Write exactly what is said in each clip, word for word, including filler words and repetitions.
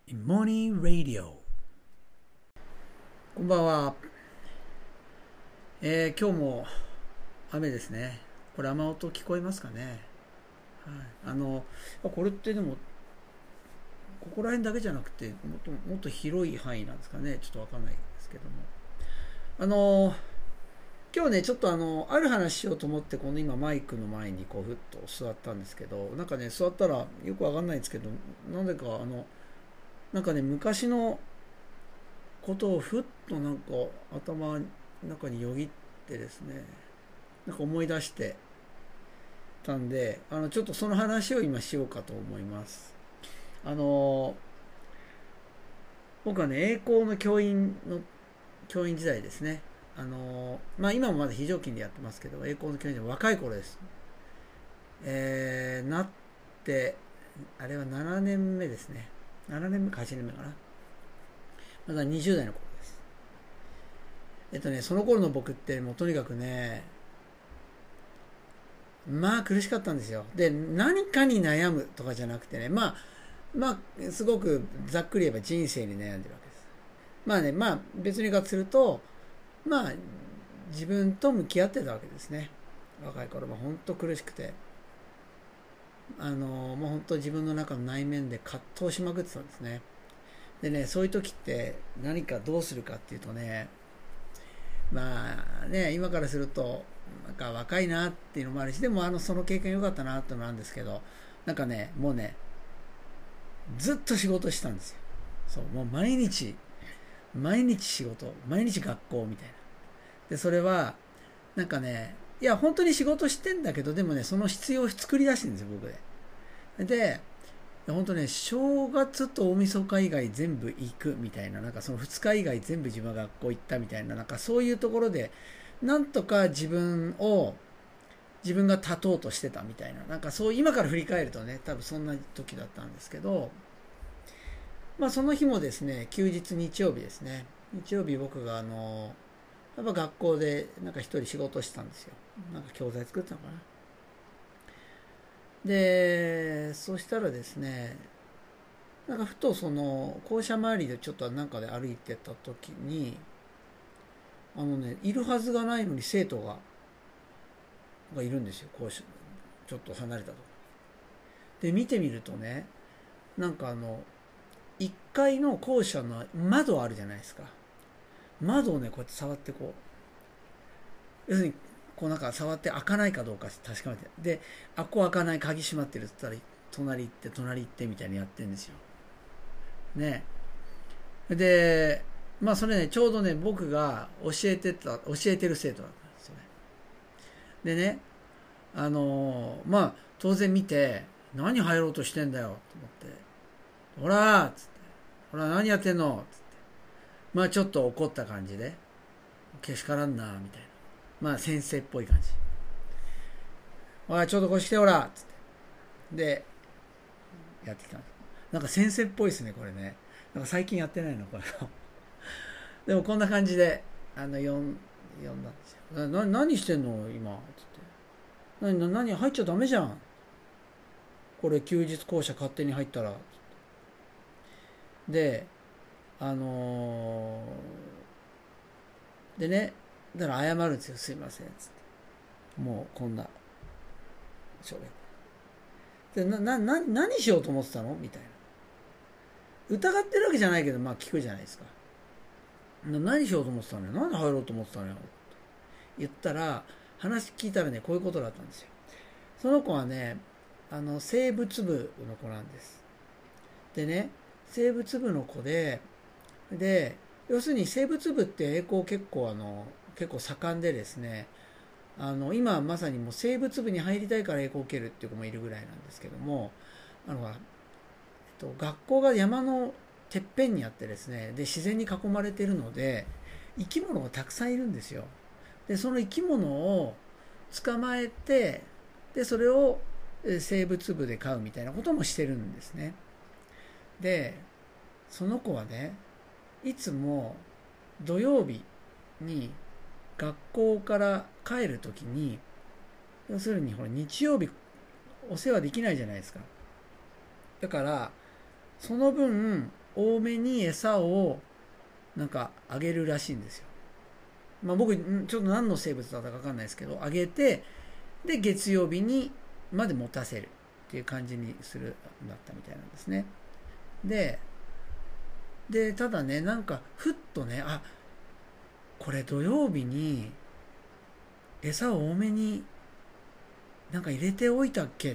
モーニングラディオ。こんばんは、えー、今日も雨ですね。これ雨音聞こえますかね。はい、あのこれってでもここら辺だけじゃなくてもっともっと広い範囲なんですかね。ちょっとわかんないですけども、あの今日ねちょっとあのある話しようと思ってこの今マイクの前にこうふっと座ったんですけど、なんかね座ったらよくわかんないんですけど、なんでかあのなんかね昔のことをふっとなんか頭の中によぎってですね、なんか思い出してたんで、あのちょっとその話を今しようかと思います。あの僕はね栄光の教員の教員時代ですね。あのまあ今もまだ非常勤でやってますけど、栄光の教員で若い頃です。えー、なってあれはななねんめですね。ななねんめかはちねんめかな。まだにじゅう代の頃です。えっとねその頃の僕ってもうとにかくね、まあ苦しかったんですよ。で、何かに悩むとかじゃなくてね、まあ、まあ、すごくざっくり言えば人生に悩んでるわけです。まあね、まあ別に言い方すると、まあ自分と向き合ってたわけですね。若い頃も本当苦しくて、あの、もう本当自分の中の内面で葛藤しまくってたんですね。でね、そういう時って何かどうするかっていうとね、まあね、今からすると、なんか若いなっていうのもあるし、でもあのその経験良かったなっていうのもあるんですけど、なんかね、もうね、ずっと仕事してたんですよ。そう、もう毎日、毎日仕事、毎日学校みたいな。で、それは、なんかね、いや、本当に仕事してんだけど、でもね、その必要を作り出してるんですよ、僕で。で、本当ね、正月と大晦日以外全部行くみたいな、なんかそのふつか以外全部自分は学校行ったみたいな、なんかそういうところで、なんとか自分を、自分が立とうとしてたみたいな、なんかそう、今から振り返るとね、多分そんな時だったんですけど、まあその日もですね、休日日曜日ですね。日曜日僕があの、やっぱ学校でなんか一人仕事してたんですよ。なんか教材作ってたのかな。で、そしたらですね、なんかふとその校舎周りでちょっとなんかで歩いてた時に、あのね、いるはずがないのに生徒が、がいるんですよ。校舎、ちょっと離れたところ。で、見てみるとね、なんかあの、いっかいの校舎の窓あるじゃないですか。窓をね、こうやって触ってこう、要するに、こうなんか触って開かないかどうか確かめて。で、あっこ開かない、鍵閉まってるって言ったら、隣行って、隣行ってみたいにやってるんですよ。ね。で、まあそれね、ちょうどね、僕が教えてた、教えてる生徒だったんですよね。でね、あのーまあ当然見て、何入ろうとしてんだよと思って、ほらーっつって、ほら何やってんのつって、まあちょっと怒った感じで、けしからんなみたいな。まあ先生っぽい感じ。おい、ちょっとこっち来てほらっつって。で、やってきたんです。なんか先生っぽいですね、これね。なんか最近やってないの、これ。でもこんな感じで、あの、呼ん、呼んだんですよ。な、何してんの今。つって。何、何、入っちゃダメじゃん。これ休日校舎勝手に入ったら。で、あのーでね、だから謝るんですよ。すいません。つって。もうこんな、しょべ。で、な、な、な、何しようと思ってたのみたいな。疑ってるわけじゃないけど、まあ聞くじゃないですか。な何しようと思ってたのよ。なんで入ろうと思ってたのよ。言ったら、話聞いたらね、こういうことだったんですよ。その子はね、あの、生物部の子なんです。でね、生物部の子で、で、要するに生物部って栄光結構あの、結構盛んでですね、あの、今まさにもう生物部に入りたいから栄光を受けるっていう子もいるぐらいなんですけども、あの、えっと、学校が山のてっぺんにあってですね、で、自然に囲まれているので、生き物がたくさんいるんですよ。で、その生き物を捕まえて、で、それを生物部で飼うみたいなこともしてるんですね。で、その子はね、いつも土曜日に学校から帰るときに、要するにほら日曜日お世話できないじゃないですか。だから、その分、 多めに餌をなんかあげるらしいんですよ。まあ僕ちょっと何の生物だったか分かんないですけど、あげて、で月曜日にまで持たせるっていう感じにするんだったみたいなんですね。ででただね、なんかふっとね、あ、これ土曜日に餌を多めになんか入れておいたっけって、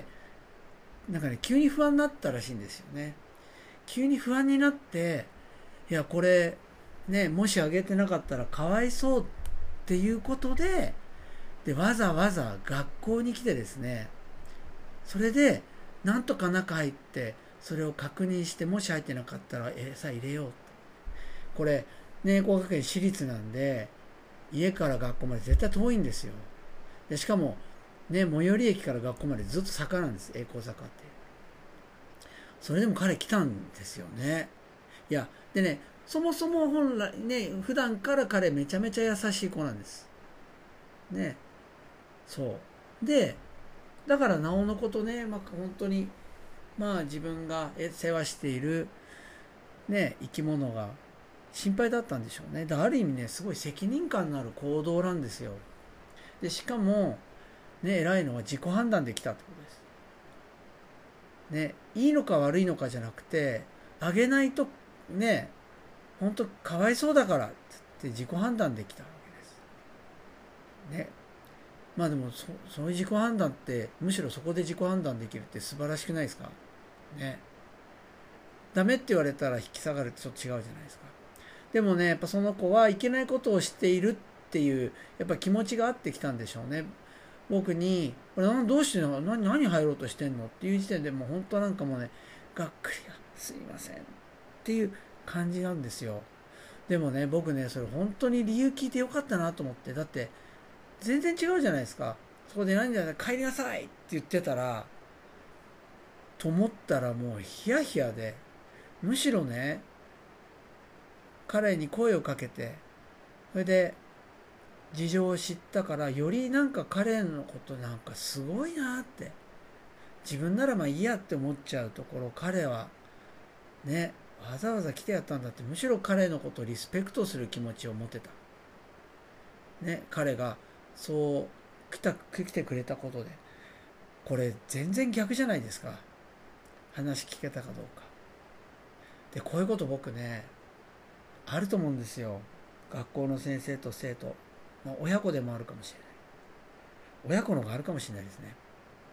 なんかね急に不安になったらしいんですよね。急に不安になって、いやこれね、もしあげてなかったらかわいそうっていうことで、でわざわざ学校に来てですね、それでなんとか中入ってそれを確認して、もし入ってなかったら餌入れよう。これね、栄光学園私立なんで家から学校まで絶対遠いんですよ。でしかもね、最寄り駅から学校までずっと坂なんです、栄光坂って。それでも彼来たんですよね。いやでね、そもそも本来ね、普段から彼めちゃめちゃ優しい子なんですね。そうで、だからなおのことね、まあ、本当にまあ自分が世話しているね生き物が心配だったんでしょうね。だからある意味ね、すごい責任感のある行動なんですよ。でしかもね、偉いのは自己判断できたってことですね。いいのか悪いのかじゃなくて、あげないとね、本当かわいそうだからって自己判断できたわけですね。まあでもそそういう自己判断って、むしろそこで自己判断できるって素晴らしくないですかね。ダメって言われたら引き下がるってちょっと違うじゃないですか。でもね、やっぱその子はいけないことをしているっていうやっぱ気持ちがあってきたんでしょうね。僕に「これどうしてんの、何何入ろうとしてんの」っていう時点でもう本当なんかもうね、がっくりがすいませんっていう感じなんですよ。でもね、僕ね、それ本当に理由聞いてよかったなと思って。だって全然違うじゃないですか。そこで何だよ帰りなさいって言ってたらと思ったら、もうヒヤヒヤで、むしろね、彼に声をかけて、それで事情を知ったから、よりなんか彼のことなんかすごいなって、自分ならまあいいやって思っちゃうところ、彼はね、わざわざ来てやったんだって、むしろ彼のことをリスペクトする気持ちを持てたね。彼がそう来た来てくれたことで、これ全然逆じゃないですか。話聞けたかどうかで、こういうこと僕ねあると思うんですよ。学校の先生と生徒、まあ、親子でもあるかもしれない。親子のがあるかもしれないですね。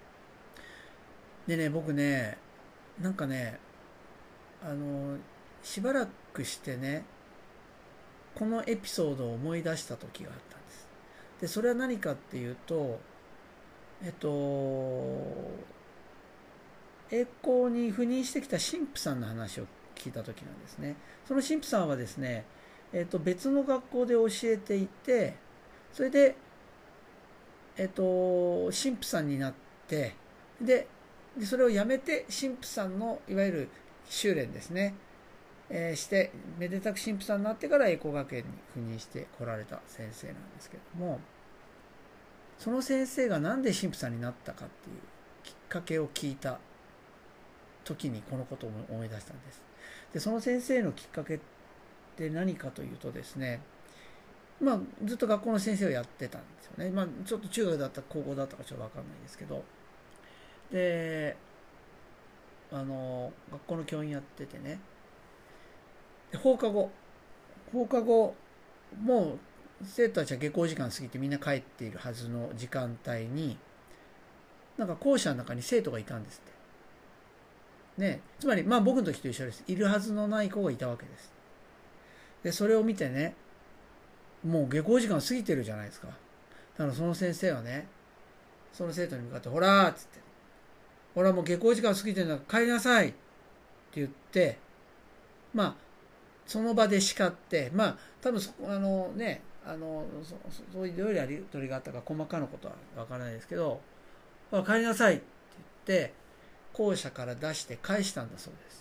でね、僕ね、なんかね、あのしばらくしてね、このエピソードを思い出した時があったんです。でそれは何かっていうと、えっと栄光に赴任してきた神父さんの話を聞いた時なんですね。その神父さんはですね、えっと別の学校で教えていて、それでえっと神父さんになって、ででそれをやめて神父さんのいわゆる修練ですね、えーしてめでたく神父さんになってから栄光学園に赴任してこられた先生なんですけども、その先生がなんで神父さんになったかっていうきっかけを聞いた時にこのことを思い出したんです。でその先生のきっかけって何かというとですね、まあずっと学校の先生をやってたんですよね。まあちょっと中学だったか高校だったかちょっと分かんないですけど、であの学校の教員やっててね、で放課後放課後もう生徒たちは下校時間過ぎてみんな帰っているはずの時間帯に、なんか校舎の中に生徒がいたんですってね。つまりまあ僕の時と一緒です。いるはずのない子がいたわけです。でそれを見てね、もう下校時間過ぎてるじゃないですか。だからその先生はね、その生徒に向かって「ほら」っつって「ほらもう下校時間過ぎてるんだから帰りなさい」って言って、まあその場で叱って、まあ多分そあのね、あのそそういうどういうやり取りがあったか細かなことはわからないですけど、帰りなさいって言って校舎から出して返したんだそうです。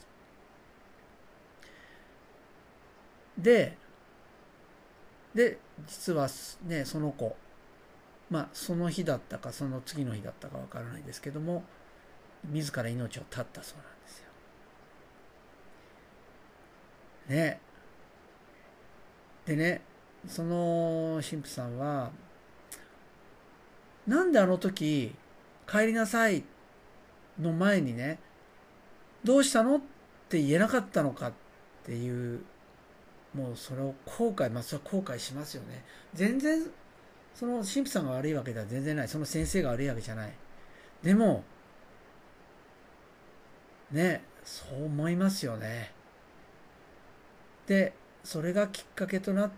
でで実はね、その子、まあその日だったかその次の日だったかわからないですけども、自ら命を絶ったそうなんですよ。 ね。でね、その神父さんは、なんであの時、帰りなさいの前にね、どうしたのって言えなかったのかっていう、もうそれを後悔、まあそれは後悔しますよね。全然、その神父さんが悪いわけでは全然ない。その先生が悪いわけじゃない。でも、ね、そう思いますよね。で、それがきっかけとなって、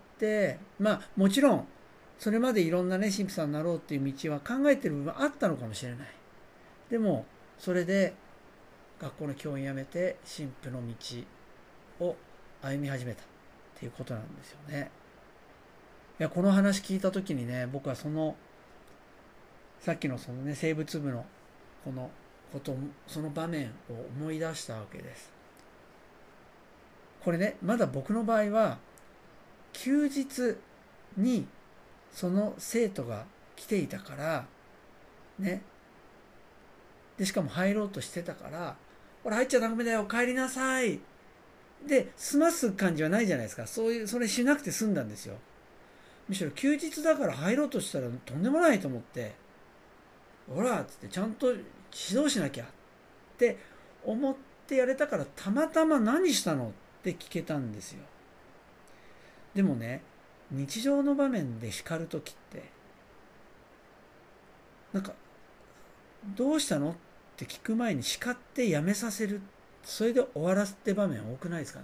まあもちろん、それまでいろんなね、神父さんになろうっていう道は考えてる部分あったのかもしれない。でも、それで学校の教員辞めて神父の道を歩み始めたっていうことなんですよね。いや、この話聞いた時にね、僕はその、さっきのそのね、生物部のこのこと、その場面を思い出したわけです。これね、まだ僕の場合は、休日にその生徒が来ていたから、ね、で、しかも入ろうとしてたから、ほら入っちゃダメだよ、帰りなさい。で、済ます感じはないじゃないですか。そういう、それしなくて済んだんですよ。むしろ休日だから入ろうとしたらとんでもないと思って、ほらっつってちゃんと指導しなきゃって思ってやれたから、たまたま何したのって聞けたんですよ。でもね、日常の場面で叱るときって、なんか、どうしたのって聞く前に叱ってやめさせる。それで終わらせて場面多くないですかね。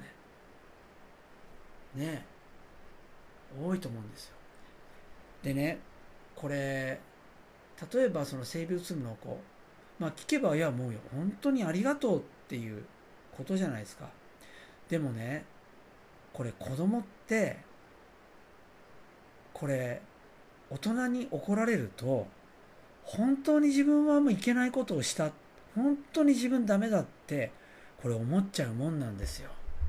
ねえ、多いと思うんですよ。でね、これ、例えばその整備うつ部の子、まあ聞けば、いやもう本当にありがとうっていうことじゃないですか。でもね、これ子供って、これ、大人に怒られると、本当に自分はもういけないことをした。本当に自分ダメだって、これ思っちゃうもんなんですよ。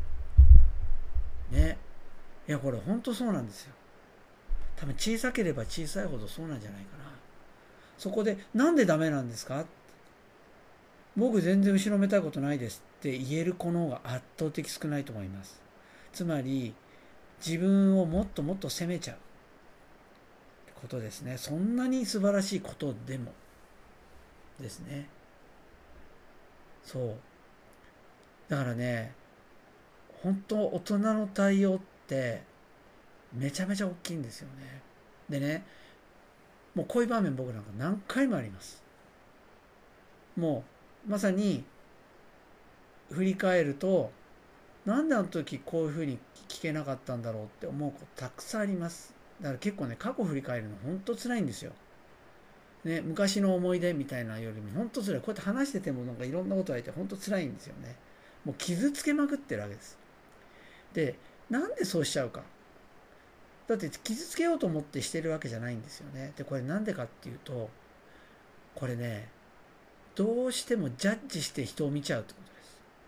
ね。いや、これ本当そうなんですよ。多分小さければ小さいほどそうなんじゃないかな。そこで、なんでダメなんですか？僕全然後ろめたいことないですって言える子の方が圧倒的少ないと思います。つまり、自分をもっともっと責めちゃうことですね。そんなに素晴らしいことでもですね。そう。だからね、本当大人の対応ってめちゃめちゃ大きいんですよね。でね、もうこういう場面僕なんか何回もあります。もうまさに振り返ると、なんであの時こういうふうに聞けなかったんだろうって思うことたくさんあります。だから結構ね、過去振り返るの本当辛いんですよ。ね、昔の思い出みたいなよりも本当辛い。こうやって話しててもなんかいろんなことがいて本当辛いんですよね。もう傷つけまくってるわけです。で、なんでそうしちゃうか。だって傷つけようと思ってしてるわけじゃないんですよね。で、これなんでかっていうと、これね、どうしてもジャッジして人を見ちゃうってこと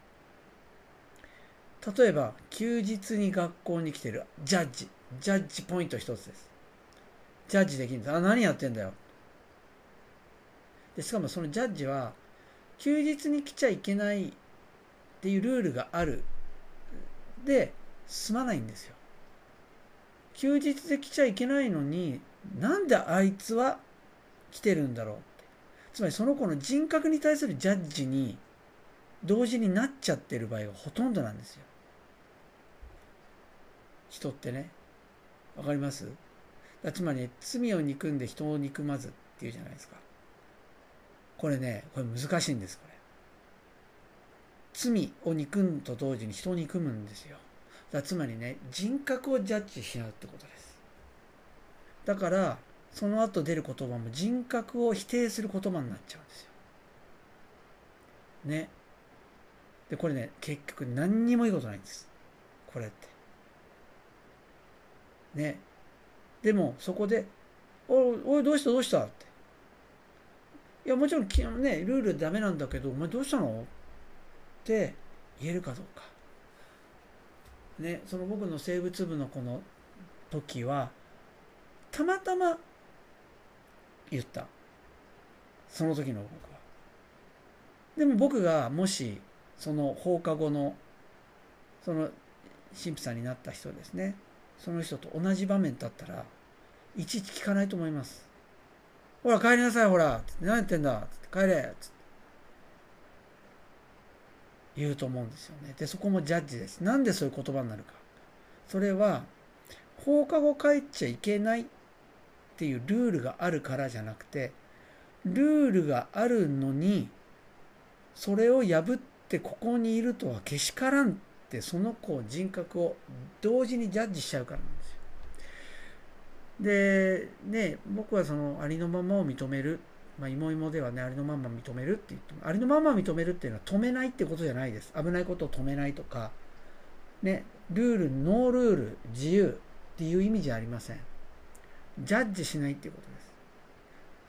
です。例えば、休日に学校に来てるジャッジ。ジャッジポイント一つです。ジャッジできるんです。あ、何やってんだよ。で、しかもそのジャッジは、休日に来ちゃいけないっていうルールがある。で、済まないんですよ。休日で来ちゃいけないのに、なんであいつは来てるんだろうって。つまりその子の人格に対するジャッジに同時になっちゃってる場合がほとんどなんですよ。人ってね。わかります？だつまり、ね、罪を憎んで人を憎まずっていうじゃないですか。これね、これ難しいんです、これ。罪を憎むと同時に人を憎むんですよ。だつまりね、人格をジャッジし合うってことです。だから、その後出る言葉も人格を否定する言葉になっちゃうんですよ。ね。で、これね、結局何にもいいことないんです。これって。ね。でも、そこで、おい、おい、どうしたどうしたって。いや、もちろん、ね、ルールダメなんだけど、お前どうしたのって言えるかどうか。ね、その僕の生物部のこの時は、たまたま言った。その時の僕は。でも僕がもし、その放課後の、その神父さんになった人ですね、その人と同じ場面だったらいちいち聞かないと思います。ほら帰りなさい、ほら何やってんだ、帰れつって言うと思うんですよね。でそこもジャッジです。なんでそういう言葉になるか。それは放課後帰っちゃいけないっていうルールがあるからじゃなくて、ルールがあるのにそれを破ってここにいるとはけしからんって、その子人格を同時にジャッジしちゃうからなんですよ。でね、僕はそのありのままを認める、まあ、芋芋ではね、ありのまま認めるって言っても、ありのまま認めるっていうのは止めないってことじゃないです。危ないことを止めないとかね、ルール、ノールール、自由っていう意味じゃありません。ジャッジしないっていうことです。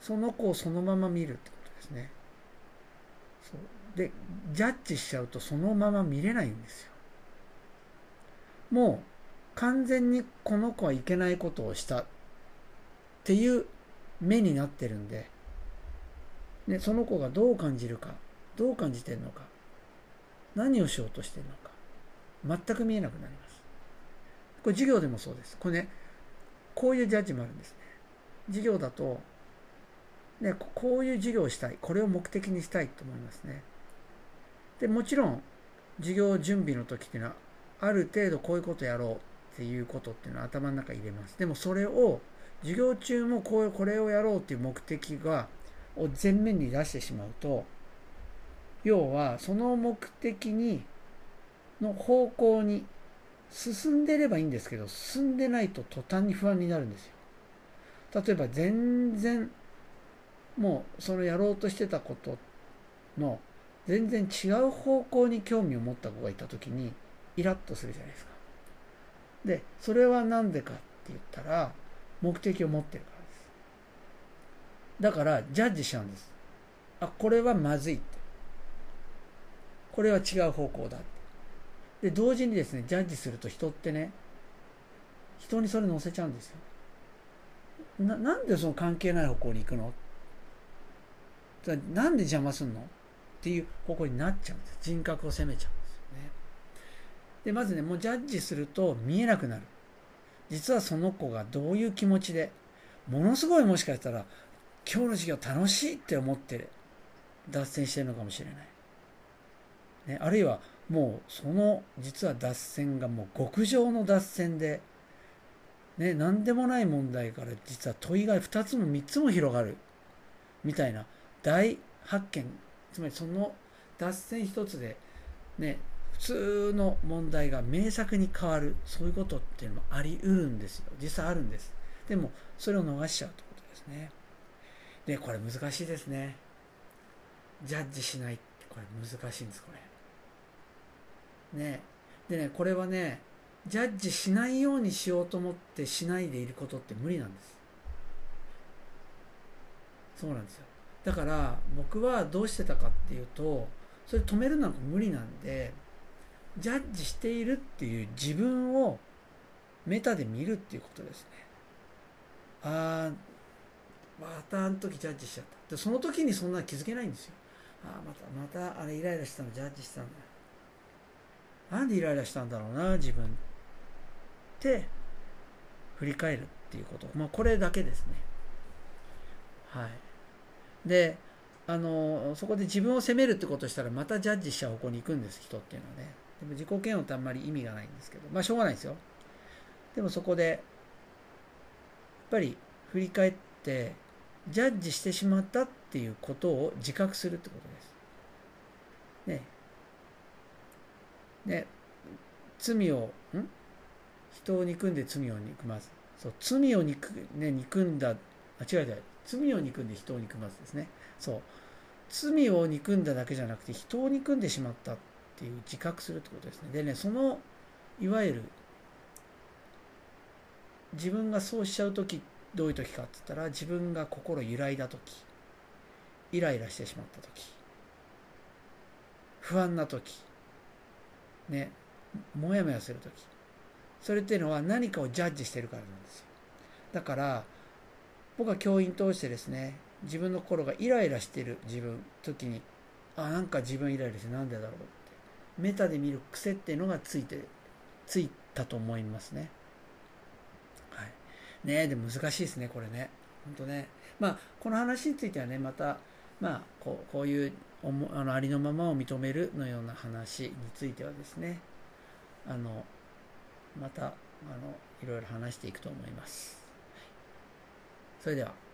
その子をそのまま見るってことですね。そうでジャッジしちゃうとそのまま見れないんですよ。もう完全にこの子はいけないことをしたっていう目になってるんで、ね、その子がどう感じるか、どう感じてるのか、何をしようとしてるのか全く見えなくなります。これ授業でもそうです。これね、こういうジャッジもあるんですね。授業だと、ね、こういう授業をしたい、これを目的にしたいと思いますね。でもちろん授業準備の時っていうのはある程度こういうことやろうっていうことっていうのは頭の中に入れます。でもそれを授業中もこうこれをやろうっていう目的がを前面に出してしまうと、要はその目的にの方向に進んでればいいんですけど、進んでないと途端に不安になるんですよ。例えば全然もうそのやろうとしてたことの全然違う方向に興味を持った子がいた時にイラッとするじゃないですか。でそれは何でかって言ったら、目的を持ってるからです。だからジャッジしちゃうんです。あ、これはまずいって、これは違う方向だって。で同時にですね、ジャッジすると人ってね、人にそれ乗せちゃうんですよ。 な, なんでその関係ない方向に行くの、なんで邪魔すんのっていう方向になっちゃうんです。人格を責めちゃうんですよね。でまずね、もうジャッジすると見えなくなる。実はその子がどういう気持ちで、ものすごいもしかしたら今日の授業楽しいって思って脱線してるのかもしれない、ね、あるいはもうその実は脱線がもう極上の脱線で、ね、何でもない問題から実は問いがふたつもみっつも広がるみたいな大発見。つまりその脱線一つでね、普通の問題が名作に変わる、そういうことっていうのもあり得るんですよ。実際あるんです。でもそれを逃しちゃうということですね。でこれ難しいですね。ジャッジしないってこれ難しいんです。これね。でね、これはね、ジャッジしないようにしようと思ってしないでいることって無理なんです。そうなんですよ。だから僕はどうしてたかっていうと、それ止めるのは無理なんで、ジャッジしているっていう自分をメタで見るっていうことですね。ああ、またあの時ジャッジしちゃった。でその時にそんな気づけないんですよ。ああ、またまたあれイライラしたのジャッジしたんだよ。なんでイライラしたんだろうな自分って振り返るっていうこと。まあこれだけですね。はい。で、あのそこで自分を責めるってことをしたらまたジャッジしちゃう方向に行くんです、人っていうのはね。でも自己嫌悪ってあんまり意味がないんですけど、まあしょうがないですよ。でもそこでやっぱり振り返ってジャッジしてしまったっていうことを自覚するってことです。ね。ね、罪をん人を憎んで罪を憎まず、そう罪を憎、ね、憎んだ、あ、違う違う、罪を憎んで人を憎まずですね。そう罪を憎んだだけじゃなくて人を憎んでしまったっていう自覚するってことですね。でね、そのいわゆる自分がそうしちゃう時、どういう時かって言ったら、自分が心揺らいだ時、イライラしてしまった時、不安な時ね、もやもやする時、それっていうのは何かをジャッジしてるからなんですよ。だから僕は教員通してですね、自分の心がイライラしている自分時に、あ、なんか自分イライラしてなんでだろうってメタで見る癖っていうのがついてついたと思いますね。はい。ねえ、でも難しいですね、これね。本当ね。まあ、この話についてはね、また、まあ、こうこういうおもあのありのままを認めるのような話についてはですね、あの、また、あの、いろいろ話していくと思います。それでは。